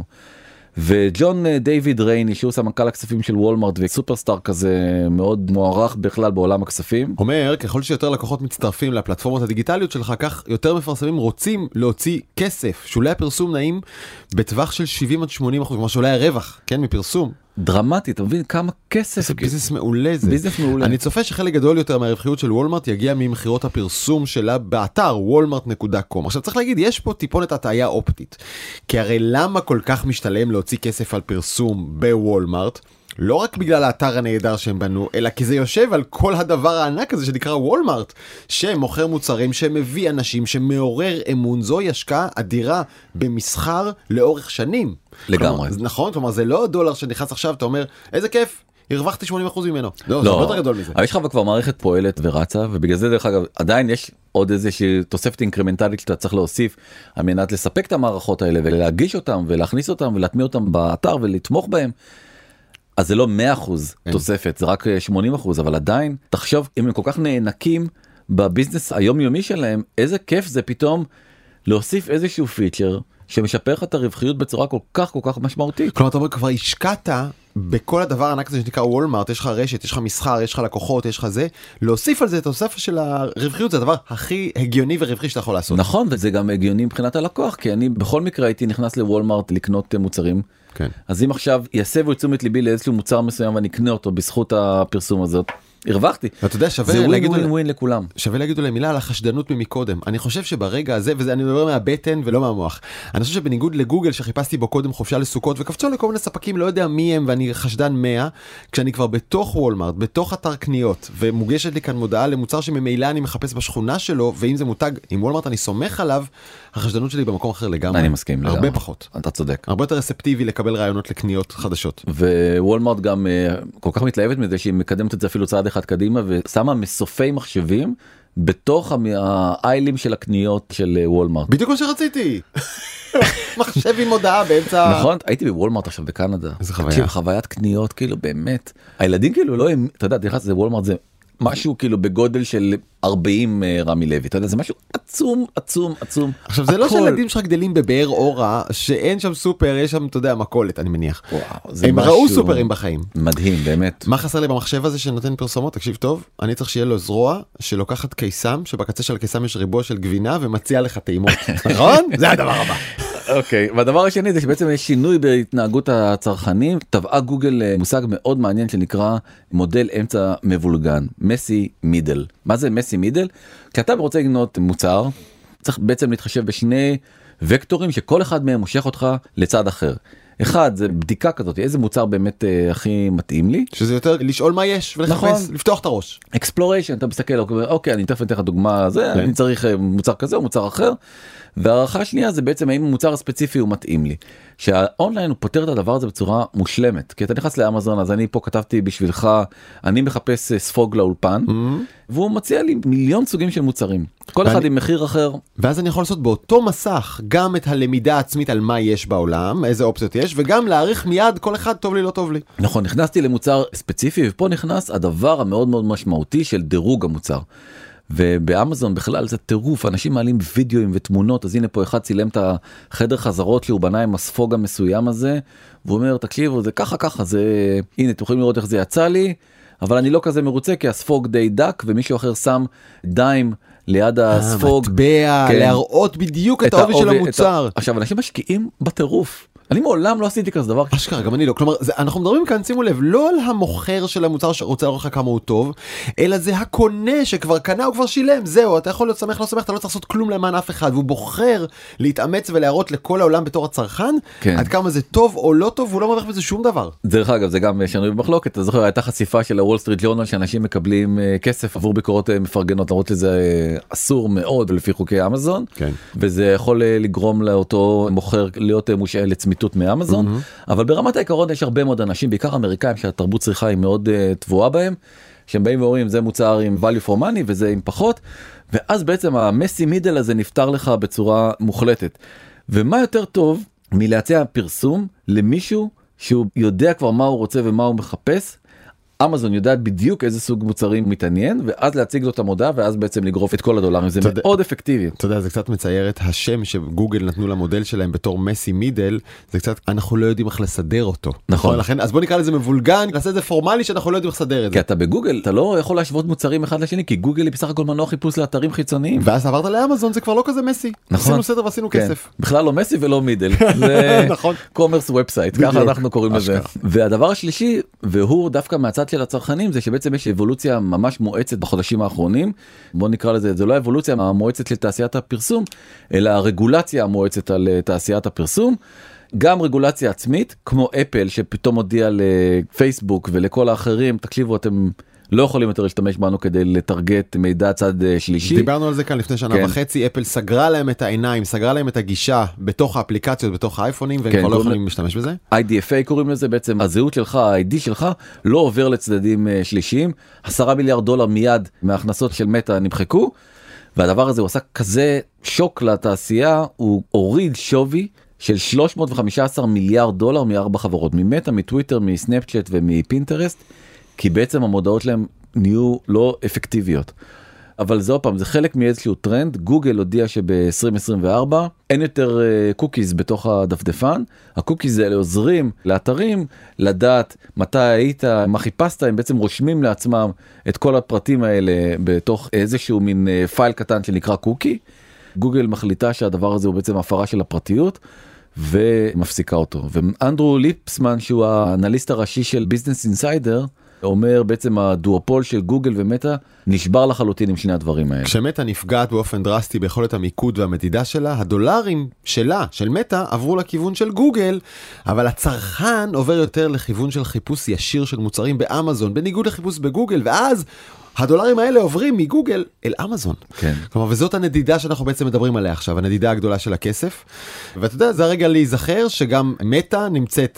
וג'ון דיוויד רייני, שהוא סמנכ"ל הכספים של וולמרט וסופרסטאר כזה מאוד מוערך בכלל בעולם הכספים, אומר, ככל שיותר לקוחות מצטרפים לפלטפורמות הדיגיטליות שלך, כך יותר מפרסמים רוצים להוציא כסף. שולי הפרסום נעים בטווח של 70-80%, כמו שולי הרווח, כן, מפרסום. דרמטי, אתה מבין כמה כסף? זה ביזנס מעולה זה. ביזנס מעולה. אני צופה שחלק גדול יותר מהרווחיות של וולמרט יגיע ממחירות הפרסום שלה באתר walmart.com. עכשיו צריך להגיד, יש פה טיפונת הטעיה אופטית. כי הרי למה כל כך משתלם להוציא כסף על פרסום בוולמרט? לא רק בגלל האתר הנהדר שהם בנו, אלא כי זה יושב על כל הדבר הענק הזה שנקרא וולמרט, שמוכר מוצרים, שמביא אנשים, שמעורר אמון. זוהי השקעה אדירה במסחר לאורך שנים. לגמרי. נכון? כלומר, זה לא דולר שנכנס עכשיו, אתה אומר, איזה כיף, הרווחתי 80% ממנו. לא, זה הרבה יותר גדול מזה. יש לך כבר מערכת פועלת ורצה, ובגלל זה דרך אגב, עדיין יש עוד איזושהי תוספת אינקרמנטלית שאתה צריך להוסיף, על מנת לספק את המערכות האלה, ולהגיש אותם, ולהכניס אותם, ולהטמיע אותם באתר, ולתמוך בהם. אז זה לא 100% תוספת, זה רק 80%, אבל עדיין, תחשוב, אם הם כל כך נאנקים בביזנס היומיומי שלהם, איזה כיף זה פתאום להוסיף איזשהו פיצ'ר, שמשפר לך את הרווחיות בצורה כל כך משמעותית. כלומר, אתה אומר, כבר השקעת בכל הדבר הענק הזה שנקרא וולמרט, יש לך רשת, יש לך מסחר, יש לך לקוחות, יש לך זה, להוסיף על זה את התוספת של הרווחיות, זה הדבר הכי הגיוני ורווחי שאתה יכול לעשות. נכון, וזה גם הגיוני מבחינת הלקוח, כי אני בכל מקרה הייתי נכנס לוולמרט לקנות מוצרים, כן. אז אם עכשיו יסבו את תשומת ליבי לאיזשהו מוצר מסוים ואני אקנה אותו בזכות הפרסום הזאת, הרווחתי. אתה יודע, שווה זה ווין לכולם. שווה להגיד אולי מילה על החשדנות ממקודם. אני חושב שברגע הזה, וזה אני מדבר מהבטן ולא מהמוח, אני חושב שבניגוד לגוגל שחיפשתי בו קודם חופשה לסוכות, וקפצו לכל מיני ספקים, לא יודע מי הם, ואני חשדן 100, כשאני כבר בתוך וולמרט, בתוך אתר קניות, ומוגשת לי כאן מודעה למוצר שממילא אני מחפש בשכונה שלו, ואם זה מותג עם וולמרט אני סומך עליו, החשדנות שלי במקום אחר לגמרי. אני מסכים לגמרי. הרבה פחות. אתה צודק. הרבה יותר רספטיבי לקבל רעיונות לקניות חדשות. ווולמרט גם כל כך מתלהבת מזה שהיא מקדמת את זה אפילו צעד אחד קדימה ושמה מסופי מחשבים בתוך האיילים של הקניות של וולמרט. בדיוק כמו שרציתי. מחשב עם הודעה באמצע. נכון, הייתי בוולמרט עכשיו בקנדה. איזה חוויה. חוויית קניות כאילו באמת. הילדים כאילו לא, אתה יודע, נכנס לזה וולמרט זה משהו כאילו בגודל של 40 רמי לוי, אתה יודע, זה משהו עצום. עכשיו זה לא שהילדים שלך גדלים בבאר אורה, שאין שם סופר, יש שם, אתה יודע, מכולת, אני מניח. הם ראו סופרים בחיים. מדהים, באמת. מה חסר לי במחשב הזה שנותן פרסומות? תקשיב טוב, אני צריך שיהיה לו זרוע שלוקחת קיסם, שבקצה של הקיסם יש ריבוע של גבינה, ומציע לך טעימות. נכון? זה הדבר הבא. אוקיי, והדבר השני זה שבעצם יש שינוי בהתנהגות הצרכנים. טבעה גוגל מושג מאוד מעניין שנקרא מודל אמצע מבולגן, מסי מידל. מה זה מסי מידל? כשאתה רוצה לקנות מוצר, צריך בעצם להתחשב בשני וקטורים שכל אחד מהם מושך אותך לצד אחר. אחד זה בדיקה כזאת, איזה מוצר באמת הכי מתאים לי. שזה יותר לשאול מה יש ולחפש, נכון. לפתוח את הראש. Exploration, אתה מסתכל, אוקיי, אני תכף אתן לך דוגמה, אני צריך מוצר כזה או מוצר אחר. והערכה השנייה זה בעצם האם המוצר הספציפי הוא מתאים לי. שהאונליין הוא פותר את הדבר הזה בצורה מושלמת. כי אתה נכנס לאמזון, אז אני פה כתבתי בשבילך, אני מחפש ספוג לאולפן, והוא מציע לי מיליון סוגים של מוצרים. כל אחד עם מחיר אחר. ואז אני יכול לעשות באותו מסך גם את הלמידה העצמית על מה יש בעולם, איזה אופציות יש, וגם להעריך מיד כל אחד טוב לי, לא טוב לי. נכון, נכנסתי למוצר ספציפי, ופה נכנס הדבר המאוד מאוד משמעותי של דירוג המוצר. ובאמזון בכלל זה טירוף, אנשים מעלים וידאוים ותמונות, אז הנה פה אחד צילם את החדר חזרות שהוא בנה עם הספוג המסוים הזה, והוא אומר, תקשיבו, זה ככה, זה, הנה, אתם יכולים לראות איך זה יצא לי, אבל אני לא כזה מרוצה, כי הספוג די דק, ומישהו אחר שם דיים ליד הספוג. מטבע, כן. להראות בדיוק את העובי של המוצר. עכשיו, אנשים משקיעים בטירוף. אני מעולם לא עשיתי כזה דבר. אשכרה, גם אני לא. כלומר, אנחנו מדברים כאן, שימו לב, לא על המוכר של המוצר שרוצה להראות לך כמה הוא טוב, אלא זה הקונה שכבר קנה או כבר שילם. זהו, אתה יכול להיות שמח, לא שמח, אתה לא צריך לעשות כלום למען אף אחד, והוא בוחר להתאמץ ולהראות לכל העולם בתור הצרכן, עד כמה זה טוב או לא טוב, והוא לא מרוויח בזה שום דבר. דרך אגב, זה גם שנוי במחלוקת. אתה זוכר, הייתה חשיפה של הוול סטריט ג'ורנל שאנשים מקבלים כסף עבור ביקורות מפרגנות, למרות שזה אסור מאוד לפי חוקי אמזון, וזה יכול לגרום לאותו מוכר להיות מושעה לצמיתות מאמזון, אבל ברמת העיקרון יש הרבה מאוד אנשים, בעיקר אמריקאים, שהתרבות צריכה היא מאוד תבואה בהם, שהם באים ואומרים זה מוצר עם value for money וזה עם פחות, ואז בעצם המסי מידל הזה נפטר לך בצורה מוחלטת. ומה יותר טוב מלהציע פרסום למישהו שהוא יודע כבר מה הוא רוצה ומה הוא מחפש, אמזון יודעת בדיוק איזה סוג מוצרים מתעניין, ואז להציג לו את המודעה, ואז בעצם לגרוף את כל הדולרים. זה מאוד אפקטיבי. אתה יודע, זה קצת מצייר את השם שגוגל נתנו למודל שלהם בתור מסי מידל, זה קצת, אנחנו לא יודעים איך לסדר אותו. נכון. לכן, אז בוא נקרא לזה מבולגן, נעשה את זה פורמלי שאנחנו לא יודעים איך לסדר את זה. כי אתה בגוגל, אתה לא יכול להשוות מוצרים אחד לשני, כי גוגל היא בסך הכל מנוע חיפוש לאתרים חיצוניים. ואז עברת לאמזון, זה כבר לא כזה מסי. נכון. עשינו סדר ועשינו כסף. בכלל לא מסי ולא מידל. זה קומרס וובסייט, ככה אנחנו קוראים לזה. והדבר השלישי, והוא דווקא מהצד של הצרכנים, זה שבעצם יש אבולוציה ממש מואצת בחודשים האחרונים. בוא נקרא לזה, זה לא האבולוציה המואצת של תעשיית הפרסום, אלא הרגולציה המואצת על תעשיית הפרסום. גם רגולציה עצמית, כמו אפל, שפתאום הודיע לפייסבוק ולכל האחרים, תקשיבו, אתם לא יכולים יותר להשתמש בנו כדי לטרגט מידע צד שלישי. דיברנו על זה כאן לפני שנה וחצי, אפל סגרה להם את העיניים, סגרה להם את הגישה בתוך האפליקציות, בתוך האייפונים, והם כבר לא יכולים להשתמש בזה. IDFA קוראים לזה, בעצם הזהות שלך, ה-ID שלך, לא עובר לצדדים שלישיים. 10 מיליארד דולר מיד מההכנסות של מטה נמחקו, והדבר הזה הוא עשה כזה שוק לתעשייה, הוא הוריד שווי של 315 מיליארד דולר מ4 חברות, ממטה, מטוויטר, מסנאפצ'אט ומפינטרסט, כי בעצם המודעות להם נהיו לא אפקטיביות. אבל זה עוד פעם, זה חלק מאיזשהו טרנד. גוגל הודיע שב-2024 אין יותר קוקיז בתוך הדפדפן. הקוקיז האלה עוזרים לאתרים לדעת מתי היית, מה חיפשת, הם בעצם רושמים לעצמם את כל הפרטים האלה בתוך איזשהו מין פייל קטן שנקרא קוקי. גוגל מחליטה שהדבר הזה הוא בעצם הפרה של הפרטיות, ומפסיקה אותו. ואנדרו ליפסמן, שהוא האנליסט הראשי של ביזנס אינסיידר, אומר בעצם הדואופול של גוגל ומטה נשבר לחלוטין עם שני הדברים האלה. כשמטה נפגעת באופן דרסטי ביכולת המיקוד והמדידה שלה, הדולרים שלה, של מטה, עברו לכיוון של גוגל, אבל הצרכן עובר יותר לכיוון של חיפוש ישיר של מוצרים באמזון, בניגוד לחיפוש בגוגל, ואז הדולרים האלה עוברים מגוגל אל אמזון. כן. כלומר, וזאת הנדידה שאנחנו בעצם מדברים עליה עכשיו, הנדידה הגדולה של הכסף. ואתה יודע, זה הרגע להיזכר שגם מטה נמצאת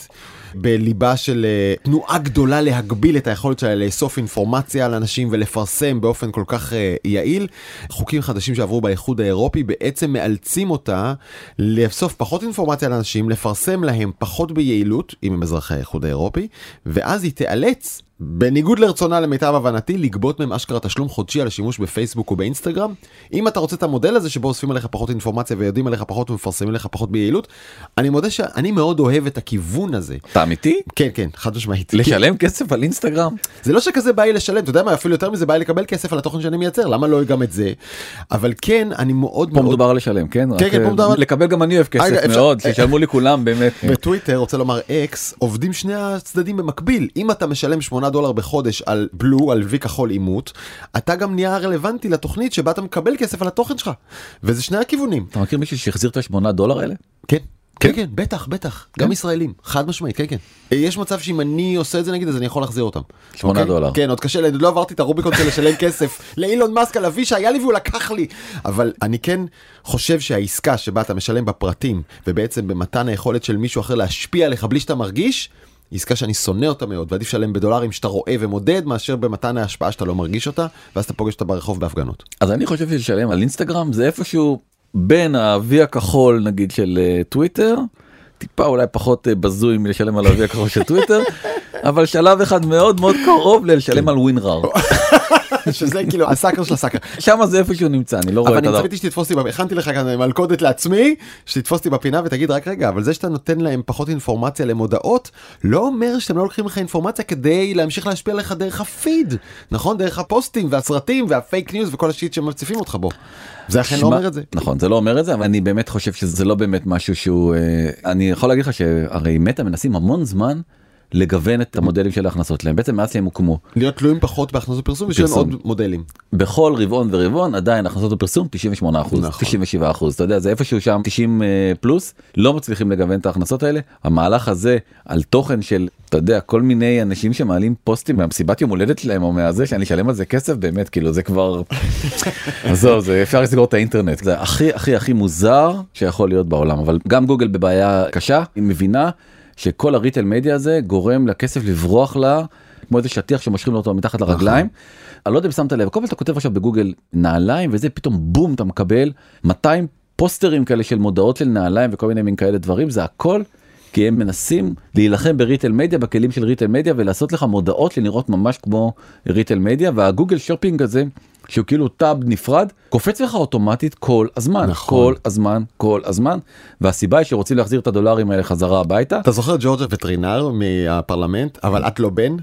בליבה של תנועה גדולה להגביל את היכולת שלה לאסוף אינפורמציה על אנשים ולפרסם באופן כל כך יעיל. חוקים חדשים שעברו באיחוד האירופי בעצם מאלצים אותה לאסוף פחות אינפורמציה על אנשים, לפרסם להם פחות ביעילות, אם הם אזרחי האיחוד האירופי, ואז היא תיאלץ, בניגוד לרצונה למיטב הבנתי, לגבות מהם אשכרה תשלום חודשי על השימוש בפייסבוק או באינסטגרם. אם אתה רוצה את המודל הזה שבו אוספים עליך פחות אינפורמציה ויודעים עליך פחות ומפרסמים עליך פחות ביעילות, אני מודה שאני מאוד אוהב את הכיוון הזה. אתה אמיתי? כן, כן, חד משמעית. לשלם כסף על אינסטגרם? זה לא שכזה בא לי לשלם, אתה יודע מה, אפילו יותר מזה בא לי לקבל כסף על התוכן שאני מייצר, למה לא גם את זה? אבל כן, אני מאוד פה מדובר לשלם, כן? כן, כן, פה מדובר לקבל גם אני אוהב כסף מאוד, שישלמו לי כולם באמת. בטוויטר, רוצה לומר אקס, עובדים שני הצדדים במקביל. אם אתה משלם $8 בחודש על בלו, על וי כחול אימות, אתה גם נהיה רלוונטי לתוכנית שבה אתה מקבל כסף על התוכן שלך. וזה שני הכיוונים. אתה מכיר מישהו שהחזיר את $8 האלה? כן. כן, כן, בטח, בטח. גם ישראלים, חד משמעית, כן, כן. יש מצב שאם אני עושה את זה נגיד, אז אני יכול להחזיר אותם. $8. כן, עוד קשה, לא עברתי את הרוביקון של לשלם כסף לאילון מאסק על אבי שהיה לי והוא לקח לי. אבל אני כן חושב שהעסקה שבה אתה משלם בפרטים, ובעצם במתן היכולת של מישהו אחר להשפיע עליך בלי שאתה מרגיש, עסקה שאני שונא אותה מאוד, ועדיף שלם בדולרים שאתה רואה ומודד, מאשר במתן ההשפעה שאתה לא מרגיש אותה, ואז אתה פוגש אותה ברחוב בהפגנות. אז אני חושב שלשלם על אינסטגרם זה איפשהו בין האבי הכחול נגיד של טוויטר, טיפה אולי פחות בזוי מלשלם על האבי הכחול של טוויטר, אבל שלב אחד מאוד מאוד קרוב ללשלם על ווינרר. שזה כאילו הסאקר של הסאקר. שם זה איפשהו נמצא, אני לא רואה את הדבר. אבל אני מצאתי שתתפוס אותי, הכנתי לך כאן מלכודת לעצמי, שתתפוס אותי בפינה ותגיד רק רגע, אבל זה שאתה נותן להם פחות אינפורמציה למודעות, לא אומר שאתם לא לוקחים לך אינפורמציה כדי להמשיך להשפיע לך דרך הפיד, נכון? דרך הפוסטים והסרטים והפייק ניוז וכל השיט שמציפים אותך בו. זה אכן לא אומר את זה. נכון, זה לא אומר את זה, אבל אני באמת חושב שזה לא באמת משהו שהוא, אני יכול להגיד לך שהרי מטא מנסים המון זמן לגוון את המודלים של ההכנסות שלהם, בעצם מאז שהם הוקמו. להיות תלויים פחות בהכנסות ופרסום, יש להם עוד מודלים. בכל רבעון ורבעון עדיין הכנסות ופרסום 98%, 97%, אתה יודע, זה איפשהו שם 90 פלוס, לא מצליחים לגוון את ההכנסות האלה. המהלך הזה על תוכן של, אתה יודע, כל מיני אנשים שמעלים פוסטים מהמסיבת יום הולדת שלהם או מהזה, שאני אשלם על זה כסף, באמת, כאילו זה כבר, עזוב, זה אפשר לסגור את האינטרנט, זה הכי מוזר שיכול להיות בעולם, אבל גם גוגל בבעיה קשה, היא מבינה שכל הריטל מדיה הזה גורם לכסף לברוח לה, כמו איזה שטיח שמושכים לו אותו מתחת לרגליים. אני לא יודע אם שמת לב, כל פעם אתה כותב עכשיו בגוגל נעליים, וזה פתאום בום, אתה מקבל 200 פוסטרים כאלה של מודעות של נעליים, וכל מיני מין כאלה דברים, זה הכל, כי הם מנסים להילחם בריטל מדיה, בכלים של ריטל מדיה, ולעשות לך מודעות לנראות ממש כמו ריטל מדיה, והגוגל שופינג הזה, שהוא כאילו טאב נפרד, קופץ לך אוטומטית כל הזמן, נכון. כל הזמן, והסיבה היא שרוצים להחזיר את הדולרים האלה חזרה הביתה. אתה זוכר ג'ורג' הווטרינר מהפרלמנט, אבל את לא בן?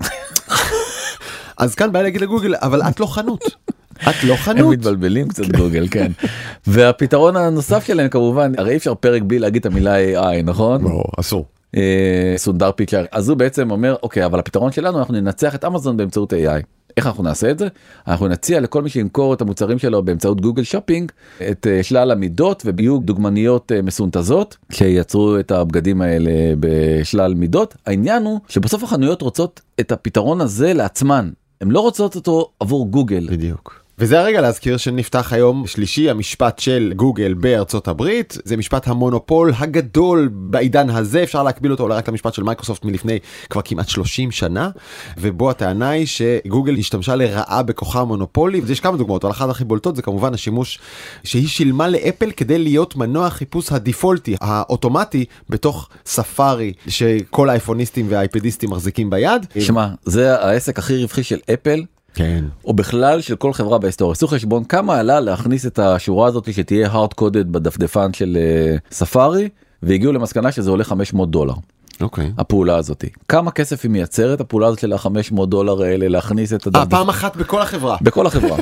אז כאן בא להגיד לגוגל, אבל את לא חנות. את לא חנות. הם מתבלבלים קצת גוגל, כן. והפתרון הנוסף שלהם כמובן, הרי אפשר פרק בלי להגיד את המילה AI, נכון? לא, אסור. סונדר פיצ'ר. אז הוא בעצם אומר, אוקיי, אבל הפתרון שלנו, אנחנו ננצח את אמזון באמצעות AI. איך אנחנו נעשה את זה? אנחנו נציע לכל מי שימכור את המוצרים שלו באמצעות גוגל שופינג, את שלל המידות, ויהיו דוגמניות מסונתזות, שייצרו את הבגדים האלה בשלל מידות. העניין הוא שבסוף החנויות רוצות את הפתרון הזה לעצמן. הן לא רוצות אותו עבור גוגל. בדיוק. וזה הרגע להזכיר שנפתח היום שלישי המשפט של גוגל בארצות הברית. זה משפט המונופול הגדול בעידן הזה, אפשר להקביל אותו רק למשפט של מייקרוסופט מלפני כבר כמעט 30 שנה, ובו הטענה היא שגוגל השתמשה לרעה בכוחה המונופולי, ויש כמה דוגמאות, אבל אחת הכי בולטות זה כמובן השימוש שהיא שילמה לאפל כדי להיות מנוע חיפוש הדיפולטי, האוטומטי, בתוך ספארי, שכל האייפוניסטים והאייפדיסטים מחזיקים ביד. שמע, זה העסק הכי רווחי של אפל, כן. או בכלל של כל חברה בהיסטוריה. עשו חשבון כמה עלה להכניס את השורה הזאת שתהיה hard coded בדפדפן של ספארי, והגיעו למסקנה שזה עולה $500. אוקיי. הפעולה הזאת. כמה כסף היא מייצרת הפעולה הזאת של $500 האלה להכניס את הדפדפן? פעם אחת בכל החברה. בכל החברה.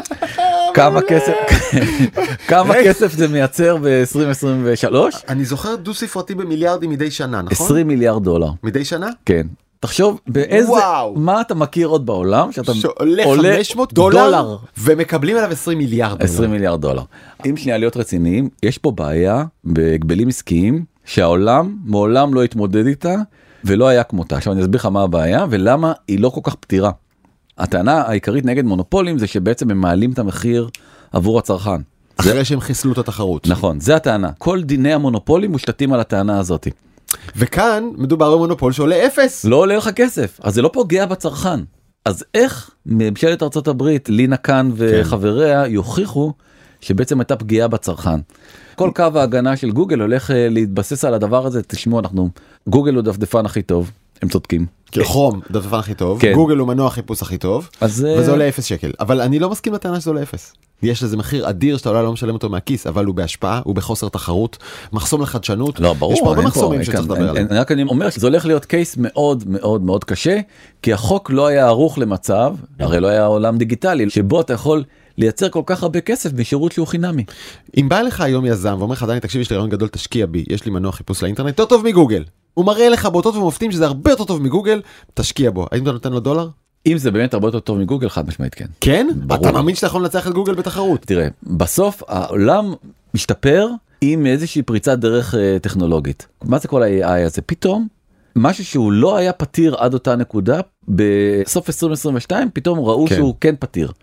כמה כסף זה מייצר ב-2023? אני זוכר דו ספרתי במיליארדים מדי שנה, נכון? $20 מיליארד. מדי שנה? כן. תחשוב באיזה, מה אתה מכיר עוד בעולם שאתה עולה $500 ומקבלים עליו $20 מיליארד. $20 מיליארד. אם שנייה להיות רציניים, יש פה בעיה בהגבלים עסקיים שהעולם מעולם לא התמודד איתה ולא היה כמותה. עכשיו אני אסביר לך מה הבעיה ולמה היא לא כל כך פתירה. הטענה העיקרית נגד מונופולים זה שבעצם הם מעלים את המחיר עבור הצרכן. אחרי שהם חיסלו את התחרות. נכון, זה הטענה. כל דיני המונופולים מושתתים על הטענה הזאת. וכאן מדובר במונופול שעולה 0. לא עולה לך כסף, אז זה לא פוגע בצרכן. אז איך ממשלת ארצות הברית, לינה קאן וחבריה, יוכיחו שבעצם הייתה פגיעה בצרכן? כל קו ההגנה של גוגל הולך להתבסס על הדבר הזה. תשמעו, גוגל הוא דפדפן הכי טוב, הם צודקים. כרום, דפדפן הכי טוב, גוגל הוא מנוע חיפוש הכי טוב, וזה עולה 0 שקל. אבל אני לא מסכים לטענה שזה עולה 0. יש לזה מחיר אדיר שאתה אולי לא משלם אותו מהכיס, אבל הוא בהשפעה, הוא בחוסר תחרות, מחסום לחדשנות. לא, ברור, יש פה הרבה מחסומים שצריך לדבר עליהם. רק אני אומר שזה הולך להיות קייס מאוד מאוד מאוד קשה, כי החוק לא היה ערוך למצב, הרי לא היה עולם דיגיטלי, שבו אתה יכול לייצר כל כך הרבה כסף בשירות שהוא חינמי. אם בא לך היום יזם ואומר לך, דני, תקשיב, יש לי רעיון גדול, תשקיע בי, יש לי מנוע חיפוש לאינטרנט, יותר טוב מגוגל. הוא מראה לך באותות ומופתים שזה הרבה יותר טוב מגוגל, תשקיע בו. האם אתה נותן לו $1? אם זה באמת הרבה יותר טוב מגוגל, חד משמעית כן. כן? אתה מאמין שאתה יכול לנצח את גוגל בתחרות? תראה, בסוף העולם משתפר עם איזושהי פריצת דרך טכנולוגית. מה זה כל ה-AI הזה? פתאום, משהו שהוא לא היה פתיר עד אותה נקודה, בסוף 2022 פתאום ראו שהוא כן פתיר.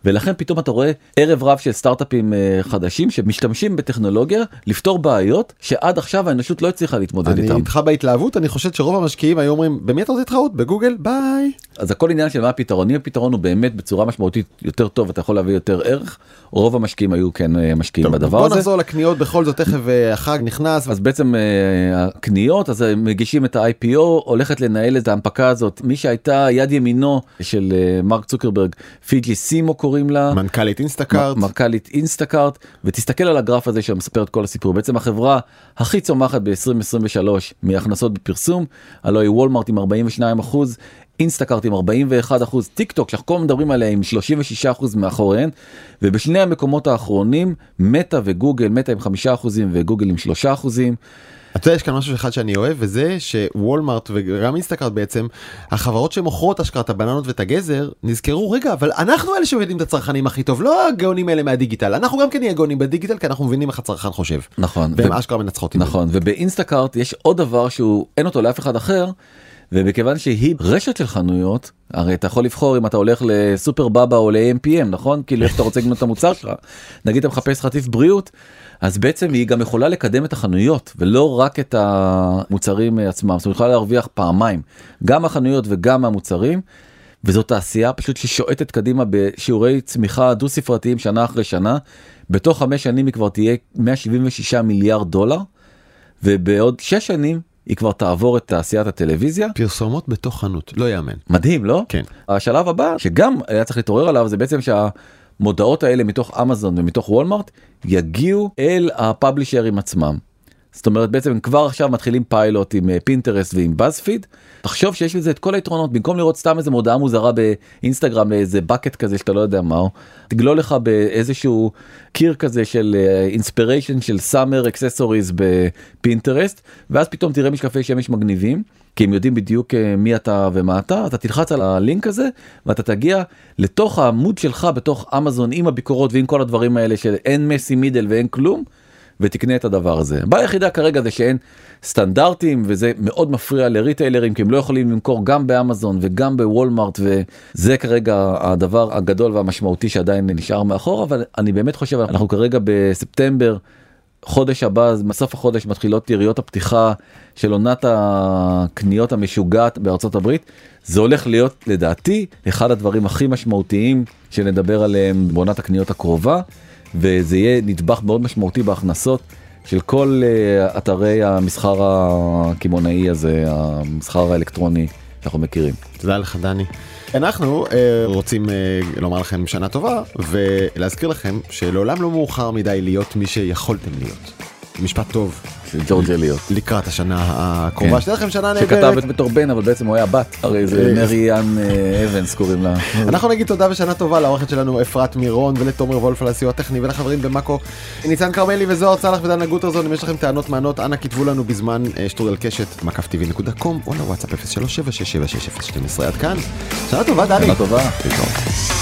ולכן פתאום אתה רואה ערב רב של סטארט-אפים חדשים שמשתמשים בטכנולוגיה לפתור בעיות שעד עכשיו האנושות לא הצליחה להתמודד איתם. אני איתך בהתלהבות, אני חושב שרוב המשקיעים היו אומרים, במי אתה רוצה להתחרות? בגוגל? ביי. אז הכל עניין של מה הפתרון. אם הפתרון הוא באמת בצורה משמעותית יותר טוב, אתה יכול להביא יותר ערך, רוב המשקיעים היו כן משקיעים בדבר הזה. בוא נחזור לקניות בכל זאת, תכף החג נכנס. אז בעצם הקניות, אז מגישים את ה-IPO, הולכת לנהל את ההנפקה הזאת. מי שהייתה יד ימינו של מרק צוקרברג, פיג'י סימו קוראים לה. מנכ"לית אינסטאקארט. מנכ"לית אינסטאקארט, ותסתכל על הגרף הזה שמספר את כל הסיפור. בעצם החברה הכי צומחת ב-2023 מהכנסות בפרסום, הלוא היא וולמארט עם 42%, אינסטאקארט עם 41%, טיק טוק שאנחנו מדברים עליה עם 36% מאחוריהן, ובשני המקומות האחרונים, מטא וגוגל, מטא עם 5% וגוגל עם 3%. אתה יודע, יש כאן משהו אחד שאני אוהב, וזה שוולמארט וגם אינסטאקארט בעצם, החברות שמוכרות השקרת הבננות ואת הגזר, נזכרו, רגע, אבל אנחנו אלה שמבינים את הצרכנים הכי טוב, לא הגאונים האלה מהדיגיטל, אנחנו גם כן נהיה גאונים בדיגיטל, כי אנחנו מבינים איך הצרכן חושב. נכון. והם אשכרה מנצחות. נכון, ובאינסטאקארט יש עוד דבר שהוא, אין אותו לאף אחד אחר, ובכיוון שהיא רשת של חנויות, הרי אתה יכול לבחור אם אתה הולך לסופר בבא או ל-AMPM, נכון? כאילו איך אתה רוצה לקנות את המוצר שלך, נגיד אתה מחפש חטיף בריאות, אז בעצם היא גם יכולה לקדם את החנויות, ולא רק את המוצרים עצמם, זאת אומרת, יכולה להרוויח פעמיים, גם החנויות וגם המוצרים, וזאת תעשייה פשוט ששועטת קדימה בשיעורי צמיחה דו ספרתיים שנה אחרי שנה, בתוך 5 שנים היא כבר תהיה 176 מיליארד דולר, ובעוד 6 שנים, היא כבר תעבור את תעשיית הטלוויזיה. פרסומות בתוך חנות, לא יאמן. מדהים, לא? כן. השלב הבא, שגם היה צריך להתעורר עליו, זה בעצם שהמודעות האלה מתוך אמזון ומתוך וולמארט, יגיעו אל הפאבלישרים עצמם. זאת אומרת, בעצם כבר עכשיו מתחילים פיילוט עם פינטרסט ועם בזפיד. תחשוב שיש לזה את כל היתרונות, במקום לראות סתם איזה מודעה מוזרה באינסטגרם, איזה בקט כזה שאתה לא יודע מהו, תגלול לך באיזשהו קיר כזה של אינספיריישן של סאמר אקססוריז בפינטרסט, ואז פתאום תראה משקפי שמש מגניבים, כי הם יודעים בדיוק מי אתה ומה אתה תלחץ על הלינק הזה, ואתה תגיע לתוך העמוד שלך בתוך אמזון עם הביקורות ועם כל הדברים האלה של אין מסי מידל ואין כלום, ותקנה את הדבר הזה. הבעיה היחידה כרגע זה שאין סטנדרטים, וזה מאוד מפריע לריטיילרים, כי הם לא יכולים למכור גם באמזון וגם בוולמארט, וזה כרגע הדבר הגדול והמשמעותי שעדיין נשאר מאחור, אבל אני באמת חושב, אנחנו כרגע בספטמבר, חודש הבא, בסוף החודש מתחילות יריות הפתיחה של עונת הקניות המשוגעת בארצות הברית, זה הולך להיות לדעתי אחד הדברים הכי משמעותיים שנדבר עליהם בעונת הקניות הקרובה, וזה יהיה נדבך מאוד משמעותי בהכנסות של כל אתרי המסחר הכימונאי הזה, המסחר האלקטרוני שאנחנו מכירים. תודה לך דני. אנחנו רוצים לומר לכם שנה טובה, ולהזכיר לכם שלעולם לא מאוחר מדי להיות מי שיכולתם להיות. משפט טוב. ג'ורג' אליוט. לקראת השנה הקרובה. שתהיה לכם שנה נהדרת. שכתב את בתור בן, אבל בעצם הוא היה בת. הרי זה מרי אן אבנס קוראים לה. אנחנו נגיד תודה ושנה טובה לעורכת שלנו אפרת מירון, ולתומר וולף על הסיוע הטכני, ולחברים במאקו ניצן קרמלי וזוהר צלח ודנה גוטרזון. אם יש לכם טענות מענות, אנא כתבו לנו בזמן shturdelkeshet@makftv.com או לוואטסאפ 0376766012. עד כאן. שנה טובה דני. שנה טובה.